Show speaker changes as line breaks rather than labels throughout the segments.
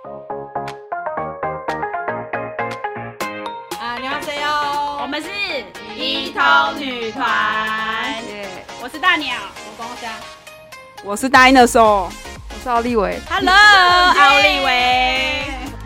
我们是一通女团，我是大鸟，我光虾，
我是 Dinosaur，
我是奥利维。
Hello， 奥利维。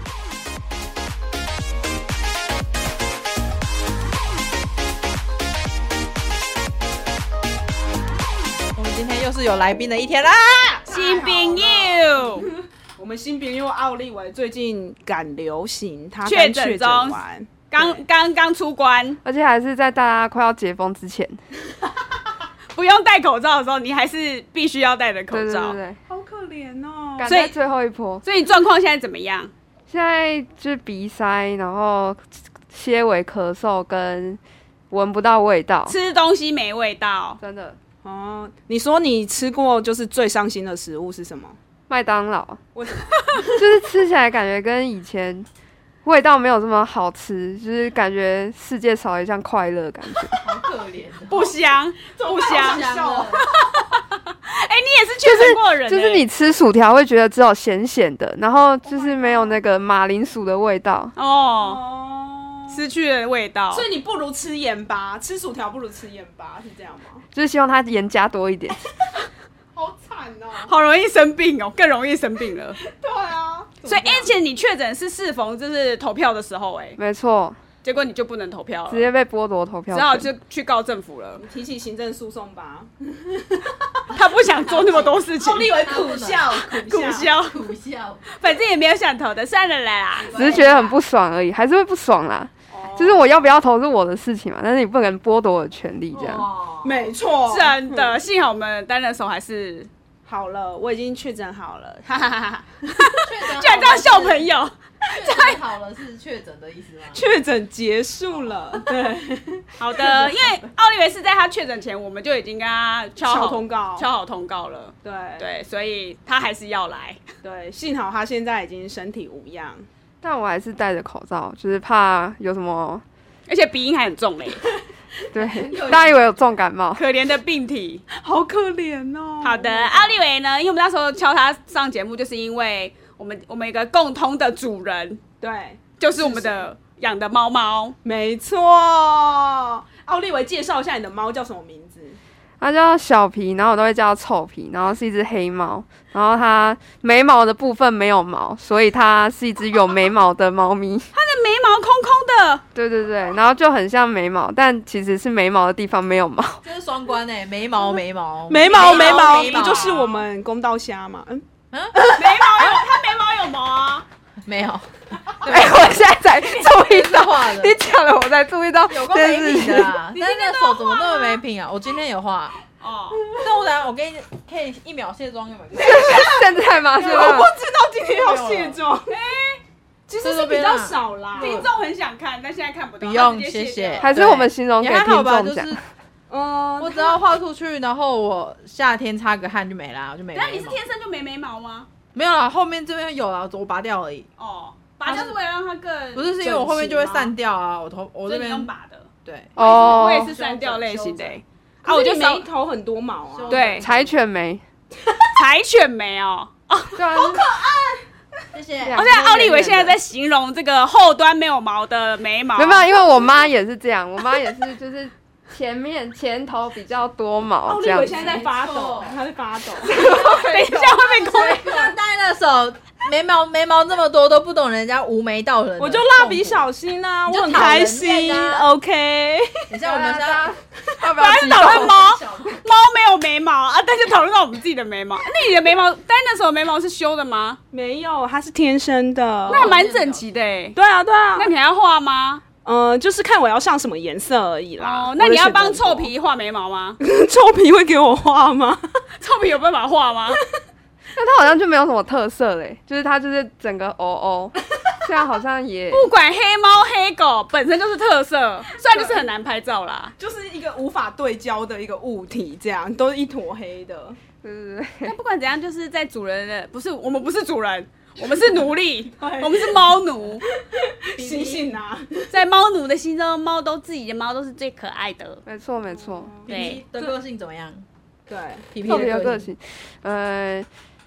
我们今天又是有来宾的一天啦，
新朋友。
我们新朋友奥利维最近赶流行，他
确诊中
完，
刚出关，
而且还是在大家快要解封之前，
不用戴口罩的时候，你还是必须要戴着口罩。
对，
好可怜哦。
赶在最后一波。
所以你状况现在怎么样？
现在就是鼻塞，然后些微咳嗽跟闻不到味道，
吃东西没味道，
真的。
哦，你说你吃过就是最伤心的食物是什么？
麦当劳，
为什么？
就是吃起来感觉跟以前味道没有这么好吃，就是感觉世界少了一项快乐感觉。
好可怜，
不香，不香。
了。
你也是确诊过的人，
就是你吃薯条会觉得只有咸咸的，然后就是没有那个马铃薯的味道。
哦，失去了味道。
所以你不如吃盐巴，吃薯条不如吃盐巴，是这样吗？
就是希望它盐加多一点。
好惨哦，
好容易生病哦，更容易生病了。
对啊，
所以而且你确诊是适逢就是投票的时候，
没错，
结果你就不能投票了，
直接被剥夺投票权，
只好就去告政府了。
提起行政诉讼吧。
他不想做那么多事情，
奥利维苦笑，
苦笑，反正也没有想投的，算了啦。
只是觉得很不爽而已，还是会不爽啦。就是我要不要投是我的事情嘛，但是你不能剥夺我的权利，这样。
没错，
真的，幸好我们单人手还是
好了，我已经确诊好了，哈哈哈！
居然这样笑朋友，
确诊好了是确诊的意思吗？
确诊结束了，对，
好的，因为奥利维是在他确诊前，我们就已经跟他敲好通告了，对，所以他还是要来，
对，幸好他现在已经身体无恙，
但我还是戴着口罩，就是怕有什么，
而且鼻音还很重嘞。
对，大家以为有重感冒，
可怜的病体，
好可怜哦。
好的，奥利维呢？因为我们那时候敲他上节目，就是因为我们有一个共通的主人，
对，
就是我们的养的猫猫，
没错。奥利维，介绍一下你的猫叫什么名字？
它叫小皮，然后我都会叫它臭皮，然后是一只黑猫，然后它眉毛的部分没有毛，所以它是一只有眉毛的猫咪。
它的眉毛空空的，
对，然后就很像眉毛，但其实是眉毛的地方没有毛。
这是双关诶，眉毛，
不就是我们公道虾吗？
它眉毛有毛啊？
没有。
我现在才注意到，你讲了我才注意到，
有够没品的啦！但是那手怎么那么没品啊？我今天有画哦，但我等下我给你可以1秒卸妆，有没有？
现在吗？是吗？
我不知道今天要卸妆。其实是比较少啦，
听众很想看，但现在看不到。
不用，谢谢。
还是我们形容给听众讲。
我只要画出去，然后我夏天擦个汗就没啦，就没。
那你是天生就没眉毛吗？
没有啦，后面这边有啦，我拔掉而已。
哦，拔掉是为了让它更
不是因为我后面就会散掉啊，我这边
用拔的。
对，
我也是散掉类型的。
我就眉头很多毛啊。
对，
柴犬眉，
柴犬眉哦，
好可爱。
谢谢。
而且奥利维现在在形容这个后端没有毛的眉毛，
没有，因为我妈也是这样，我妈也是就是前头比较多毛这样。
奥利维现在在发抖，他在发抖。
等一下会被攻。
像戴那手眉毛这么多都不懂人家无眉道人，
我就蜡笔小新啊，我很开心。OK，
等一下我们现在
要不要
讨论猫没有眉毛啊？但是讨论到我们自己的眉毛。那你的眉毛，但那时候眉毛是修的吗？
没有，它是天生的。
那还蛮整齐的哎。
对啊。
那你还要画吗？
就是看我要上什么颜色而已啦。
那你要帮臭皮画眉毛吗？
臭皮会给我画吗？
臭皮有办法画吗？
那它好像就没有什么特色嘞，就是它就是整个这样好像也
不管黑猫黑狗本身就是特色，虽然就是很难拍照啦，
就是一个无法对焦的一个物体，这样都是一坨黑的。
对。
但不管怎样，就是在主人的我们不是主人，我们是奴隶，我们是猫奴。
醒醒啊！
在猫奴的心中，自己的猫都是最可爱的。
没错。
皮皮的个性怎么样？
对，
皮皮的个性，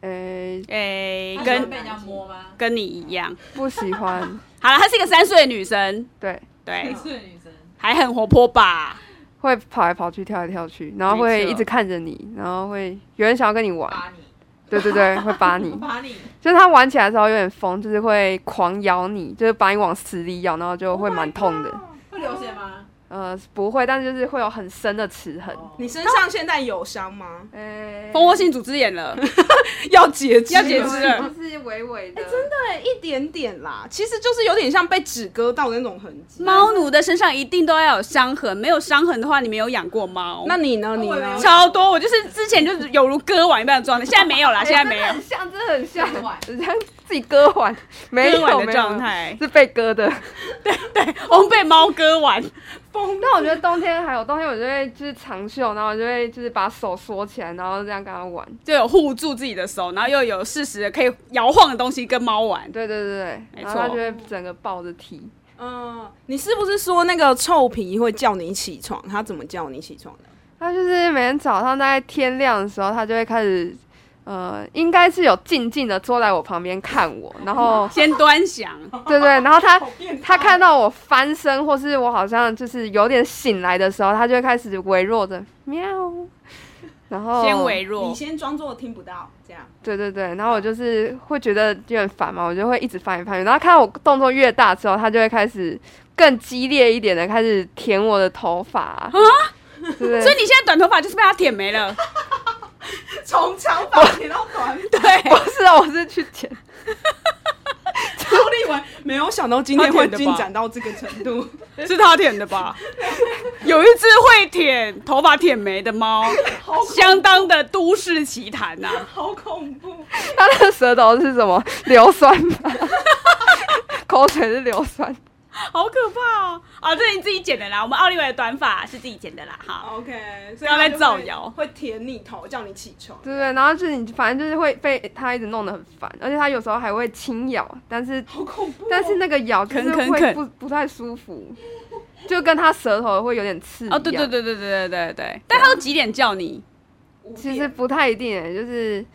跟被人家摸吗？
跟你一样，
不喜欢。
好了，她是一个3岁的女生，
对
3岁的女生
还很活泼吧？
会跑来跑去，跳来跳去，然后会一直看着你，然后会有人想要跟你玩。对，会扒你。就是他玩起来的时候有点疯，就是会狂咬你，就是把你往死里咬，然后就会蛮痛的。
会流血吗？
不会，但是就是会有很深的齿痕。
你身上现在有伤吗？
蜂窝性组织炎了，
要截肢了，
就是微微的，
真的一点点啦。其实就是有点像被纸割到的那种痕迹。
猫奴的身上一定都要有伤痕，没有伤痕的话，你没有养过猫。
那你呢？
超多，我就是之前就是有如割完一般的状态，现在没有啦，现在没有。
很像，真的很像，很像自己割完，没有
的状态，
是被割的。
对，我们被猫割完。
但我觉得冬天我就会就是长袖，然后我就会就是把手缩起来，然后这样跟它玩，
就有护住自己的手，然后又有适时的可以摇晃的东西跟猫玩。
对，没错，然后它就会整个抱着踢。
你是不是说那个臭皮会叫你起床？它怎么叫你起床的？
它就是每天早上大概天亮的时候，它就会开始。应该是有静静的坐在我旁边看我，然后
先端详，
对，然后他看到我翻身，或是我好像就是有点醒来的时候，他就会开始微弱的喵，然后
先微弱，
你先装作听不到，这样。
对，然后我就是会觉得有点烦嘛，我就会一直翻，然后看到我动作越大之后，他就会开始更激烈一点的开始舔我的头发啊，所以
你现在短头发就是被他舔没了。
从长发舔到短，
对，
不是我是去舔。
周立文没有想到今天会进展到这个程度，
是他舔的吧？有一只会舔头发舔没的猫，相当的都市奇谈呐，
好恐怖！
它的舌头是什么？硫酸吧？口水是硫酸。
好可怕哦！这是你自己剪的啦，我们奥利维的短发是自己剪的啦，哈。
OK，
不要再造谣，
会舔你头，叫你起床。
对，然后就是你反正就是会被他一直弄得很烦，而且他有时候还会轻咬，但是
好恐怖
但是那个咬就是会不太舒服，就跟他舌头会有点刺一样。
对。但他都几点叫你？
其实不太一定就是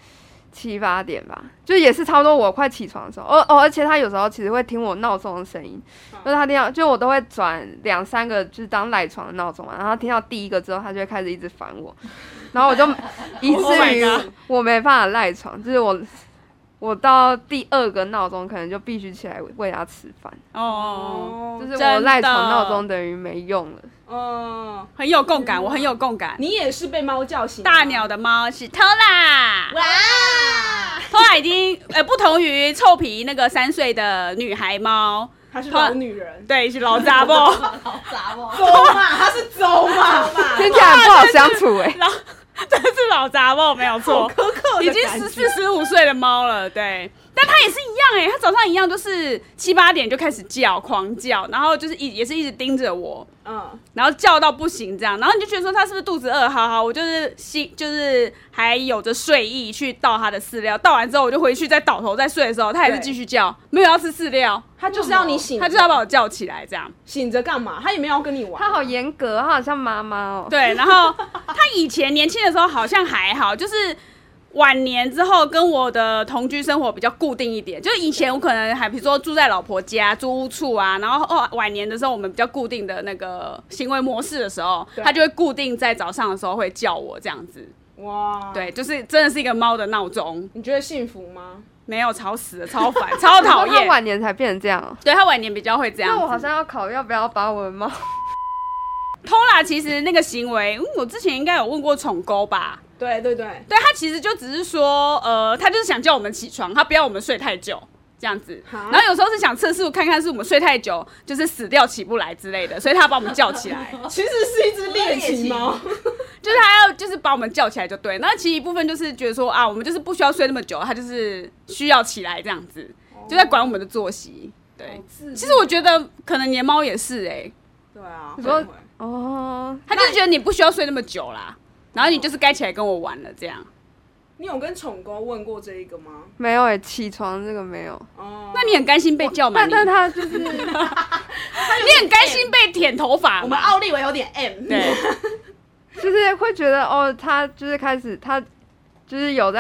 7、8点吧，就也是差不多我快起床的时候。而且他有时候其实会听我闹钟的声音，就是他听到，就我都会转2、3个，就是当赖床的闹钟嘛。然后他听到第一个之后，他就会开始一直烦我，然后我就以至于我没办法赖床，就是我到第2个闹钟可能就必须起来喂他吃饭。就是我赖床闹钟等于没用了。
很有共感，我很有共感。
你也是被猫叫醒。
大鸟的猫是偷啦，哇！偷啦已经不同于臭皮那个3岁的女孩猫，
她是老女人，
对，是老杂猫，
走嘛，她是走嘛，
听起来不好相处
真的是老杂猫没有错，已经14、15岁的猫了，对。但它也是一样它早上一样，就是7、8点就开始叫，狂叫，然后就是也是一直盯着我，然后叫到不行这样，然后你就觉得说它是不是肚子饿？好，我就是还有着睡意去倒它的饲料，倒完之后我就回去再倒头再睡的时候，它还是继续叫，没有要吃饲料，
它就是要你醒，
它就是要把我叫起来这样。
醒着干嘛？它也没有要跟你玩。
它好严格，它好像妈妈哦。
对，然后它以前年轻的时候好像还好，就是晚年之后跟我的同居生活比较固定一点，就以前我可能还比如说住在老婆家租屋处啊，然后晚年的时候我们比较固定的那个行为模式的时候，他就会固定在早上的时候会叫我这样子。哇，对，就是真的是一个猫的闹钟。
你觉得幸福吗？
没有，吵死了，超烦，超讨厌。
他晚年才变成这样哦。
对，他晚年比较会这样。
那我好像要考虑要不要把我的猫。
偷啦，其实那个行为，我之前应该有问过宠沟吧。
对，
他其实就只是说，他就是想叫我们起床，他不要我们睡太久这样子。然后有时候是想测试看看是我们睡太久，就是死掉起不来之类的，所以他把我们叫起来。
其实是一只猎奇猫，
就是他要就是把我们叫起来就对。那其实一部分就是觉得说我们就是不需要睡那么久，他就是需要起来这样子，就在管我们的作息。对，其实我觉得可能你的猫也是
对啊，
你说
他就是觉得你不需要睡那么久啦。然后你就是该起来跟我玩了，这样。
你有跟宠沟问过这一个吗？
没有起床这个没有。
那你很甘心被叫吗？
但他就是，你
很甘心被舔头发。
我们奥利维有点 M，
对，就是会觉得他就是开始他就是有在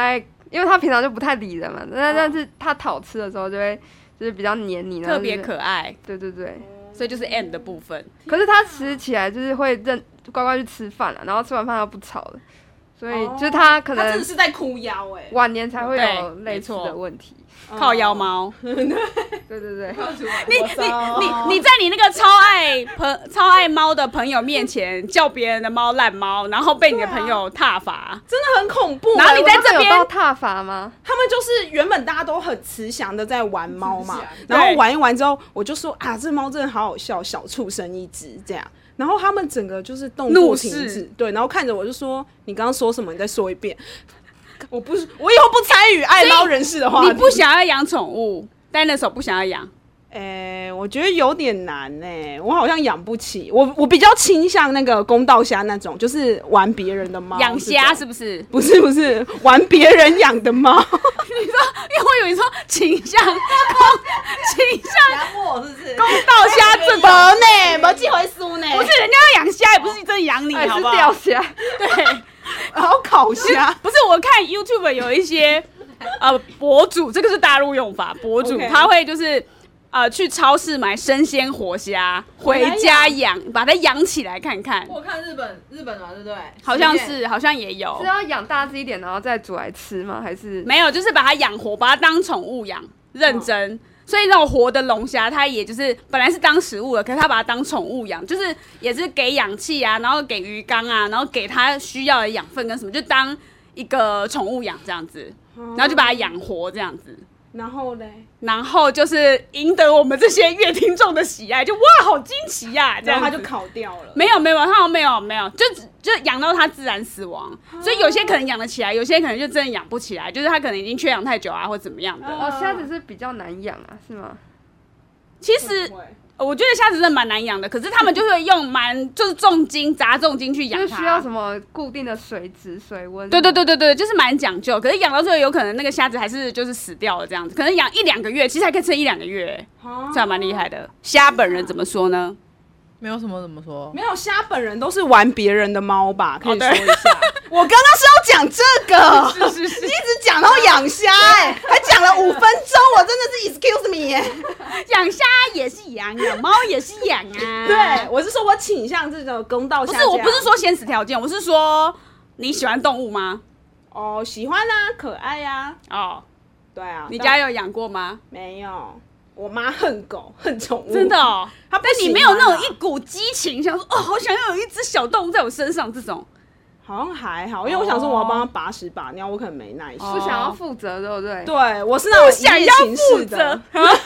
因为它平常就不太理人嘛，但是它讨吃的时候就会就是比较黏你，
特别可爱。
对对对，
所以就是 M 的部分。
可是它其实起来就是会乖乖去吃饭了，然后吃完饭它不吵了，所以就是它可能
它真的是在哭腰
晚年才会有类似的问题。
靠腰猫，
对对对，
你在你那个超爱猫的朋友面前叫别人的猫烂猫，然后被你的朋友挞伐，
真的很恐怖。
然后你在这边
有到挞伐吗？
他们就是原本大家都很慈祥的在玩猫嘛，然后玩一玩之后，我就说啊，这猫真的好好笑，小畜生一只这样。然后他们整个就是动作停止，对，然后看着我就说：“你刚刚说什么？你再说一遍。”我以后不参与爱猫人士的话题。
你不想要养宠物，但那时候不想要养。
我觉得有点难我好像养不起。我比较倾向那个公道虾那种，就是玩别人的猫。
养虾是不是？
不是，玩别人养的猫。
你说，因为我以为说倾向养
我是不是？
公道虾这种
呢，没这回事呢。
不是人家要养虾，也不是真的养你，好不好？
是钓虾。
对，
然后烤虾。
不是，我看 YouTube 有一些博主，这个是大陆用法，博主他会就是去超市买生鲜活虾回家养，把它养起来看看。
我看日本嘛，对不对？
好像也有。
是要养大只一点，然后再煮来吃吗？还是
没有？就是把它养活，把它当宠物养，认真。所以那种活的龙虾，它也就是本来是当食物的，可是它把它当宠物养，就是也是给氧气啊，然后给鱼缸啊，然后给它需要的养分跟什么，就当一个宠物养这样子，然后就把它养活这样子。然后就是赢得我们这些乐听众的喜爱，就哇好惊奇呀，这样
他就烤掉了。
没有，他好像没有，就养到它自然死亡。所以有些可能养得起来，有些可能就真的养不起来，就是它可能已经缺氧太久啊，或怎么样的。
虾子是比较难养啊，是吗？
其实我觉得虾子真的蛮难养的，可是他们就会用就是砸重金去养它，
就需要什么固定的水质、水温。
对，就是蛮讲究。可是养到最后，有可能那个虾子还是就是死掉了这样子，可能养1-2个月，其实还可以撑1-2个月，这还蛮厉害的。虾本人怎么说呢？
没有什么怎么说，
没有虾本人都是玩别人的猫吧？可以说一下。我刚刚是要讲这个，是，你一直讲到养虾，还讲了5分钟，我真的是 excuse me
养虾也是养猫也是养啊。
对，我是说我倾向这种公道虾。
不是，我不是说先死条件，我是说你喜欢动物吗？
喜欢啊，可爱啊。对啊。
你家有养过吗？
没有。我妈恨狗，恨宠物，
真的哦。
但
你没有那种一股激情，想说好想要有一只小动物在我身上这种。
好像还好，因为我想说我要帮他把屎把尿，我可能没耐心。
不想要负责，对不对？
对，我是那种
想要负责。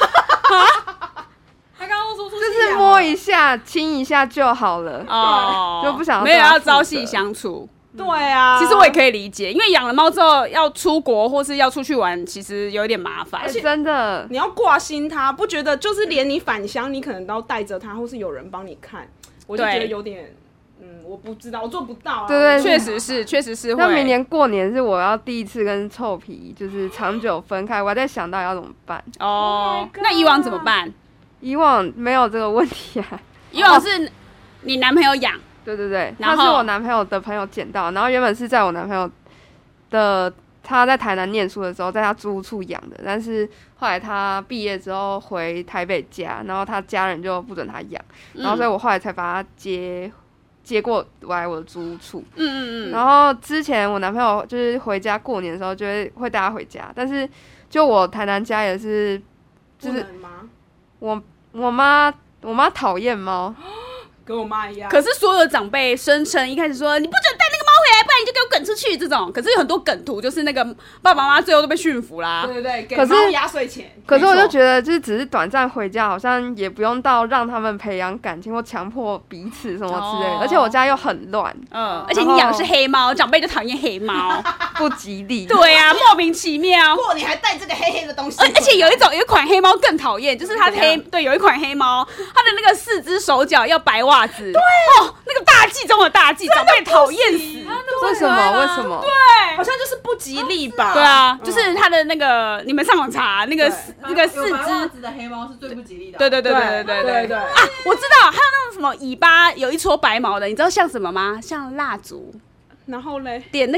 他刚刚说
就是摸一下、亲一下就好了，就不想要
没有要朝夕相处。
对啊，
其实我也可以理解，因为养了猫之后要出国或是要出去玩，其实有点麻烦。
真的，
你要挂心它，不觉得就是连你返乡，你可能都要带着它，或是有人帮你看，我就觉得有点，我不知道，我做不到啊。
对，
确实是会。
那明年过年是我要第一次跟臭皮就是长久分开，我还在想到要怎么办。
那以往怎么办？
以往没有这个问题啊。
以往是你男朋友养。
对，他是我男朋友的朋友捡到，然后原本是在我男朋友的他在台南念书的时候，在他租屋处养的，但是后来他毕业之后回台北家，然后他家人就不准他养，然后所以我后来才把他接过来我的租屋处。然后之前我男朋友就是回家过年的时候就会带他回家，但是就我台南家也是，就是我妈讨厌猫。
跟我妈一样，
可是所有的长辈声称一开始说你不准带那个猫回来，不然你就给我滚出去这种。可是有很多梗图，就是那个爸爸妈妈最后都被驯服啦。
对，给猫压岁钱。
可是我就觉得，就是只是短暂回家，好像也不用到让他们培养感情或强迫彼此什么之类的。而且我家又很乱，
而且你养的是黑猫，长辈就讨厌黑猫，
不吉利。
对啊，莫名其妙。
过年还带这个黑黑的东西，
而且有一款黑猫更讨厌，就是它对，有一款黑猫，它的那个4只手脚要白袜子。对那个大忌中的大忌，长辈讨厌死。
为什么？
对，
好像就是不吉利吧？
对啊，就是它的那个，你们上网查那个4
只的黑猫是最不吉利的。
对啊，我知道，还有那种什么尾巴有一撮白毛的，你知道像什么吗？像蜡烛。
然后嘞，
点那个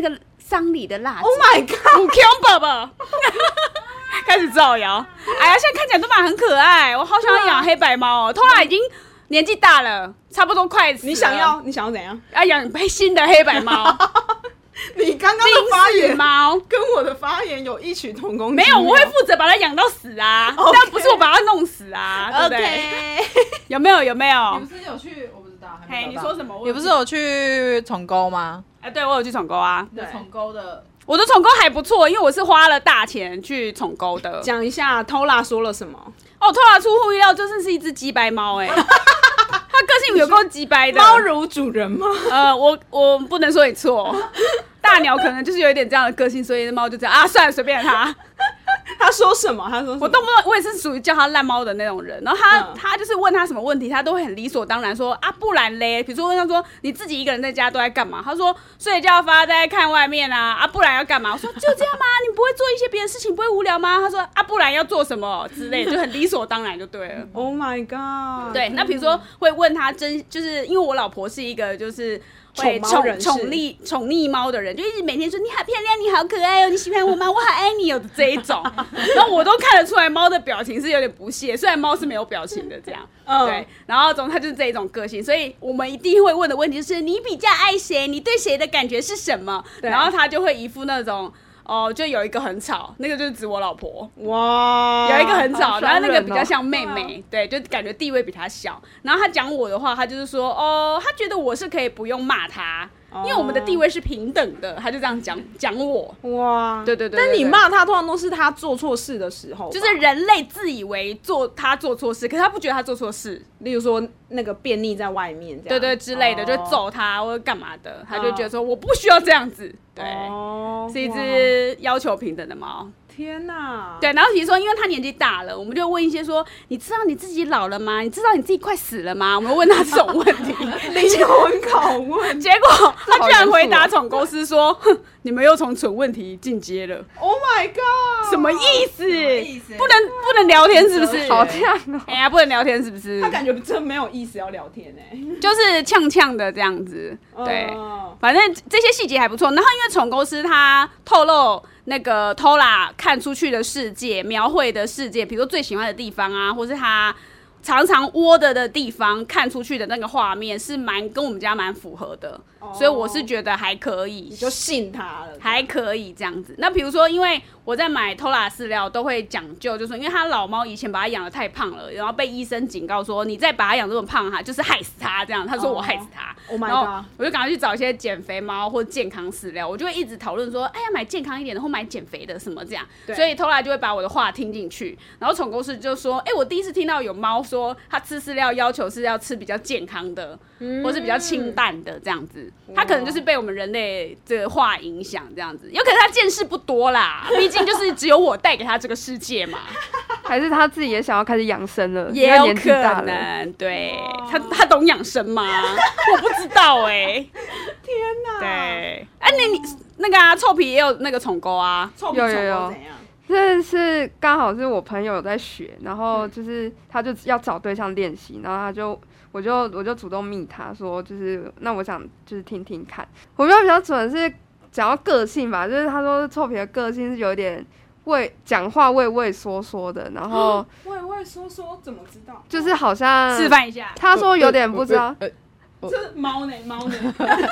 丧礼的蜡烛。
Oh my god！
五 Q 宝宝开始造谣。哎呀，现在看起来都蛮很可爱，我好想要养黑白猫哦。托拉已经年纪大了，差不多快死了。
你想要怎样？
要养新的黑白猫。
你刚刚的发言
猫
跟我的发言有异曲同工之妙。
没有，我会负责把它养到死啊，但不是我把它弄死啊，对不对？有没有？
你不是有去？我不知道。
嘿，你说什么？
你不是有去宠沟吗？
对，我有去宠沟啊。
对，宠沟的。
我的宠沟还不错，因为我是花了大钱去宠沟的。
讲一下 Tola 说了什么？
哦，Tola 出乎意料，真的是一只鸡掰猫哎。它个性有够鸡掰的。
猫如主人吗？
我不能说你错。大鸟可能就是有一点这样的个性，所以猫就这样啊，算了，随便它。
他说什么？我
动不动我也是属于叫他烂猫的那种人，然后他就是问他什么问题，他都会很理所当然说啊，不然嘞，比如说问他说你自己一个人在家都在干嘛？他说睡觉发呆看外面啊，不然要干嘛？我说就这样吗？你不会做一些别的事情，不会无聊吗？他说啊，不然要做什么之类的，就很理所当然就对了。
Oh my god！
对，那比如说会问他就是因为我老婆是一个就是会宠溺猫的人，就一直每天说你好漂亮，你好可爱哦，你喜欢我吗？我好爱你哦的这一种。然后我都看得出来猫的表情是有点不屑，虽然猫是没有表情的这样。对，然后它就是这一种个性，所以我们一定会问的问题就是你比较爱谁？你对谁的感觉是什么？然后他就会一副那种。就有一个很吵，那个就是指我老婆。
哇，
有一个很吵，然后那个比较像妹妹，对，就感觉地位比她小。然后他讲我的话，他就是说，他觉得我是可以不用骂他，因为我们的地位是平等的，他就这样讲我。
哇，
对。
但你骂他，通常都是他做错事的时候，
就是人类自以为他做错事，可是他不觉得他做错事。
例如说那个便溺在外面这样，
对之类的，就揍他或者干嘛的，他就觉得说我不需要这样子。对，是一只要求平等的猫。
天哪！
对，然后比如说，因为他年纪大了，我们就问一些说，你知道你自己老了吗？你知道你自己快死了吗？我们问他这种问题，
灵魂拷问。
结果他居然回答宠公司说：“哼，你们又从蠢问题进阶了。”
Oh my god！
什么意思？不能聊天是不是？
好呛哦！
哎呀，不能聊天是不是？
他感觉真没有意思要聊天哎，
就是呛的这样子。对，反正这些细节还不错。然后因为宠公司他透露。那个 Tola 看出去的世界，描绘的世界，比如说最喜欢的地方啊，或是他常常窝的地方，看出去的那个画面是跟我们家蛮符合的，所以我是觉得还可以，
你就信他了，
还可以这样子。那比如说，因为我在买 Tola 饲料都会讲究，就说因为他老猫以前把它养得太胖了，然后被医生警告说，你再把它养这么胖哈，就是害死它这样。他说我害死它，
Oh my god！
我就赶快去找一些减肥猫或健康饲料，我就会一直讨论说，哎呀，买健康一点的或买减肥的什么这样。所以 Tola 就会把我的话听进去，然后宠公司就说，我第一次听到有猫说它吃饲料要求是要吃比较健康的，或是比较清淡的这样子。它可能就是被我们人类这个话影响这样子，有可能它见识不多啦，毕竟就是只有我带给他这个世界嘛。
还是他自己也想要开始养生了，
也有可能。对，他懂养生吗？我不知道
天哪！
对，你那个臭皮也有那个宠沟啊？
臭皮宠沟怎样？
这是刚好是我朋友在学，然后就是他就要找对象练习，然后我就主动密他说，就是那我想就是听听看。我觉得比较准的是讲到个性吧，就是他说臭皮的个性是有点讲话畏畏缩缩的，然后
畏畏缩缩怎么知道？
就是好像
示范一下。
他说有点不知道。
这猫呢？猫呢？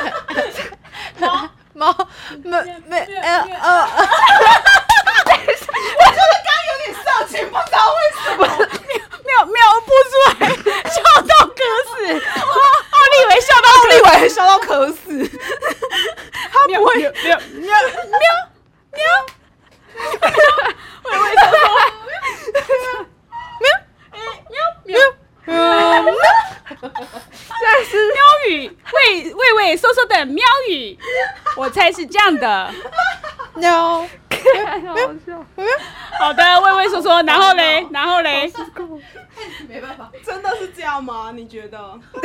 猫没
我觉得刚刚有点色情，不知道为什么
秒不出来，笑到渴死。奥利维
笑到渴死，他不会
喵，喂喂说喵，现在是喵语，喂喂说的喵语，我猜是这样的。
喵，
好的，畏畏缩缩，然后嘞，
没办法，真的是这样吗？你觉得？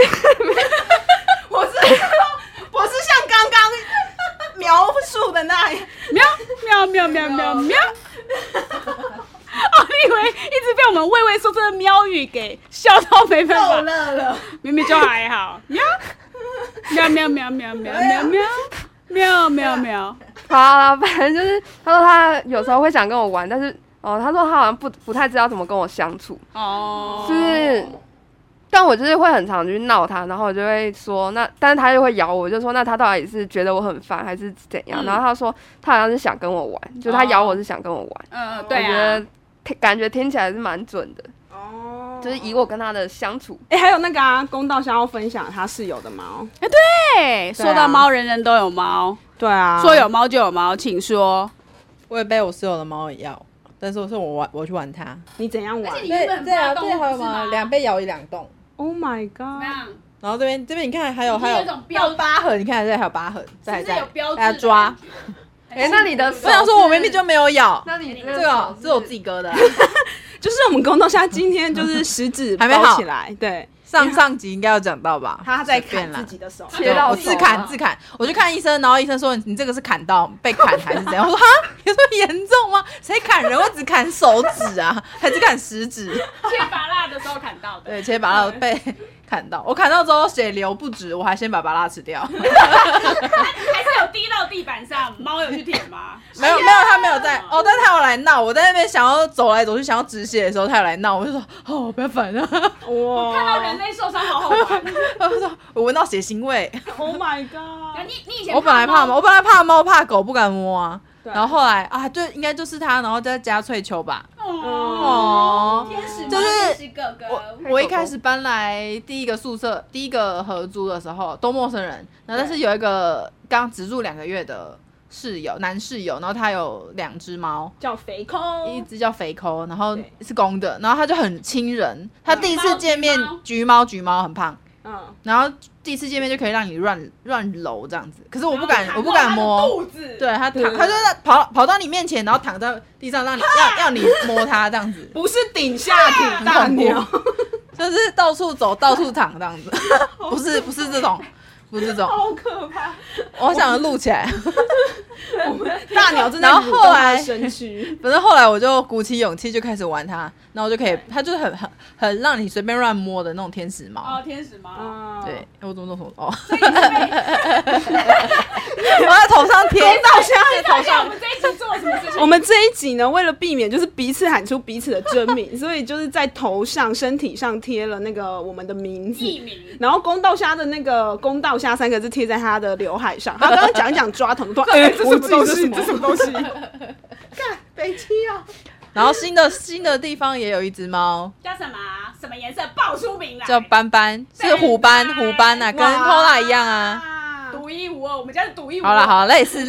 我是像刚刚描述的那样，
喵。我以为一直被我们畏畏缩缩的喵语给笑到没办法，
够了，
明明就还好，喵。
好了，反正就是他说他有时候会想跟我玩，但是他说他好像不太知道怎么跟我相处。就是，但我就是会很常去闹他，然后我就会说但是他就会咬我，就说那他到底是觉得我很烦还是怎样？然后他说他好像是想跟我玩，就他咬我是想跟我玩。
对啊，
我觉得感觉听起来是蛮准的。就是以我跟他的相处，
还有那个公道想要分享他室友的猫。
对，说到猫，人人都有猫。
对啊，
说有猫就有猫，请说。
我也被我室友的猫也要，但是我去玩它。
你怎样玩？
对啊，这还有吗？2被咬1两洞。
Oh my god！
然后这边你看还有
疤
痕，你看这还有疤痕，这还在，
大家
抓。
那你的
我想说，我明明就没有咬。
那你
这个是我自己割的。
就是我们公道虾今天就是食指
还没好
起来，对，
上集应该有讲到吧？
他在砍自己的手，
我自砍，我去看医生，然后医生说你这个是砍到被砍还是怎样？我说哈，有这么严重吗？谁砍人会只砍手指啊，还是砍食指？
切拔蜡的时候砍到的，
对，切拔蜡被砍到，我砍到之后血流不止，我还先把拔蜡吃掉。
还是有滴到地板上，猫有去舔吗？
没有，他没有在但是他有来闹，我在那边想要走来走去，想要止血的时候，他有来闹，我就说不要烦啊！
哇，看到人类受伤好好玩。
我闻到血腥味。
Oh my god！
你以前
我本来怕猫怕狗不敢摸啊，然后后来对，应该就是他，然后再加翠秋吧。
天使猫，
就是
天使哥哥。
我一开始搬来第一个宿舍，第一个合租的时候都陌生人，然后但是有一个刚只住2个月的男室友，然后他有2只猫，
叫肥抠，
一只叫肥抠，然后是公的，然后他就很亲人，他第一次见面橘猫很胖，然后第一次见面就可以让你乱揉这样子，可是我不敢摸，对他就跑到你面前，然后躺在地上让你要你摸他这样子，
不是顶下体大鸟，
就是到处走到处躺这样子，不是这种。不是这种，
好可怕！
我想录起来。
我们大鸟正在蠕动它的身躯，
反正后来我就鼓起勇气就开始玩它，然后就可以，它就是很让你随便乱摸的那种天使猫。
天使猫。
对，我怎么弄我在头上贴
到现在
头上。我们这一集做了什么事情？
我们这一集呢，为了避免就是彼此喊出彼此的真名，所以就是在头上、身体上贴了那个我们的名字，
艺名。
然后公道虾的那个公道虾3个字贴在他的刘海上。他刚刚讲一讲抓头，突然这什么东西？这什么东西？看北七啊！
然后新的地方也有一只猫，
叫什么？什么颜色？报出名来。
叫斑斑，是虎斑啊，跟 Pola 一样啊。
独一无二，我们家是独一无二。
好了，类似。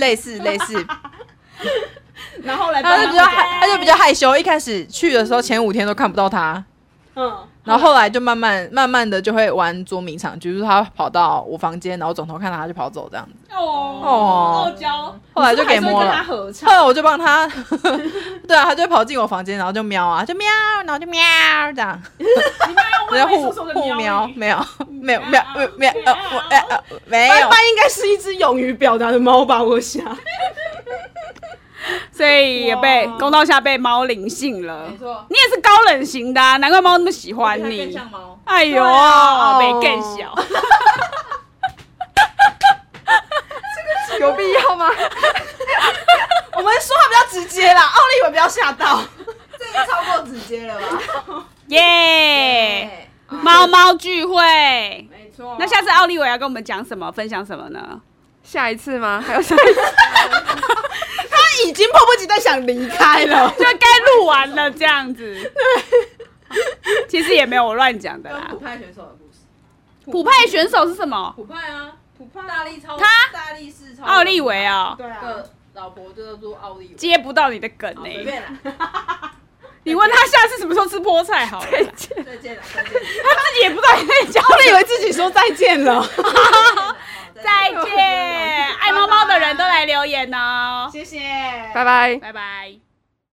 然后来，
他就比较害羞，一开始去的时候前5天都看不到他。然后后来就慢慢的就会玩捉迷藏，就是他跑到我房间，然后转头看到他就跑走这样子。
傲娇。
后来就给摸了。
后
来我就帮他，对啊，他就会跑进我房间，然后就喵啊，就喵，然后就喵这样。
你
喵互喵，没有。
斑斑应该是一只勇于表达的猫吧，我想。
所以也被公道下被猫灵性了。
没错，
你也是高冷型的，难怪猫那么喜欢你。
更像猫。
哎呦，没更小。
这个有必要吗？
我们说话比较直接啦，奥利维不要吓到。
这个超过直接了吧？
耶！猫聚会，
没错。
那下次奥利维要跟我们讲什么？分享什么呢？
下一次吗？还有下一次？
他已经迫不及待想离开了，
就该录完了这样子。对，其实也没有我乱讲的啦。
普派选手的故事。
普派选手是什么？
普派啊，普派大力超，
他
大力士超，
奥利维啊。
对啊。
的老婆就叫做奥利维。
接不到你的梗
随便啦。
你问他下次什么时候吃菠菜好了。
再见了。
他自己也不知道你在讲，
奥利维自己说再见了。
再见，爱猫猫的人都来留言哦。
谢谢，
拜拜。
拜拜。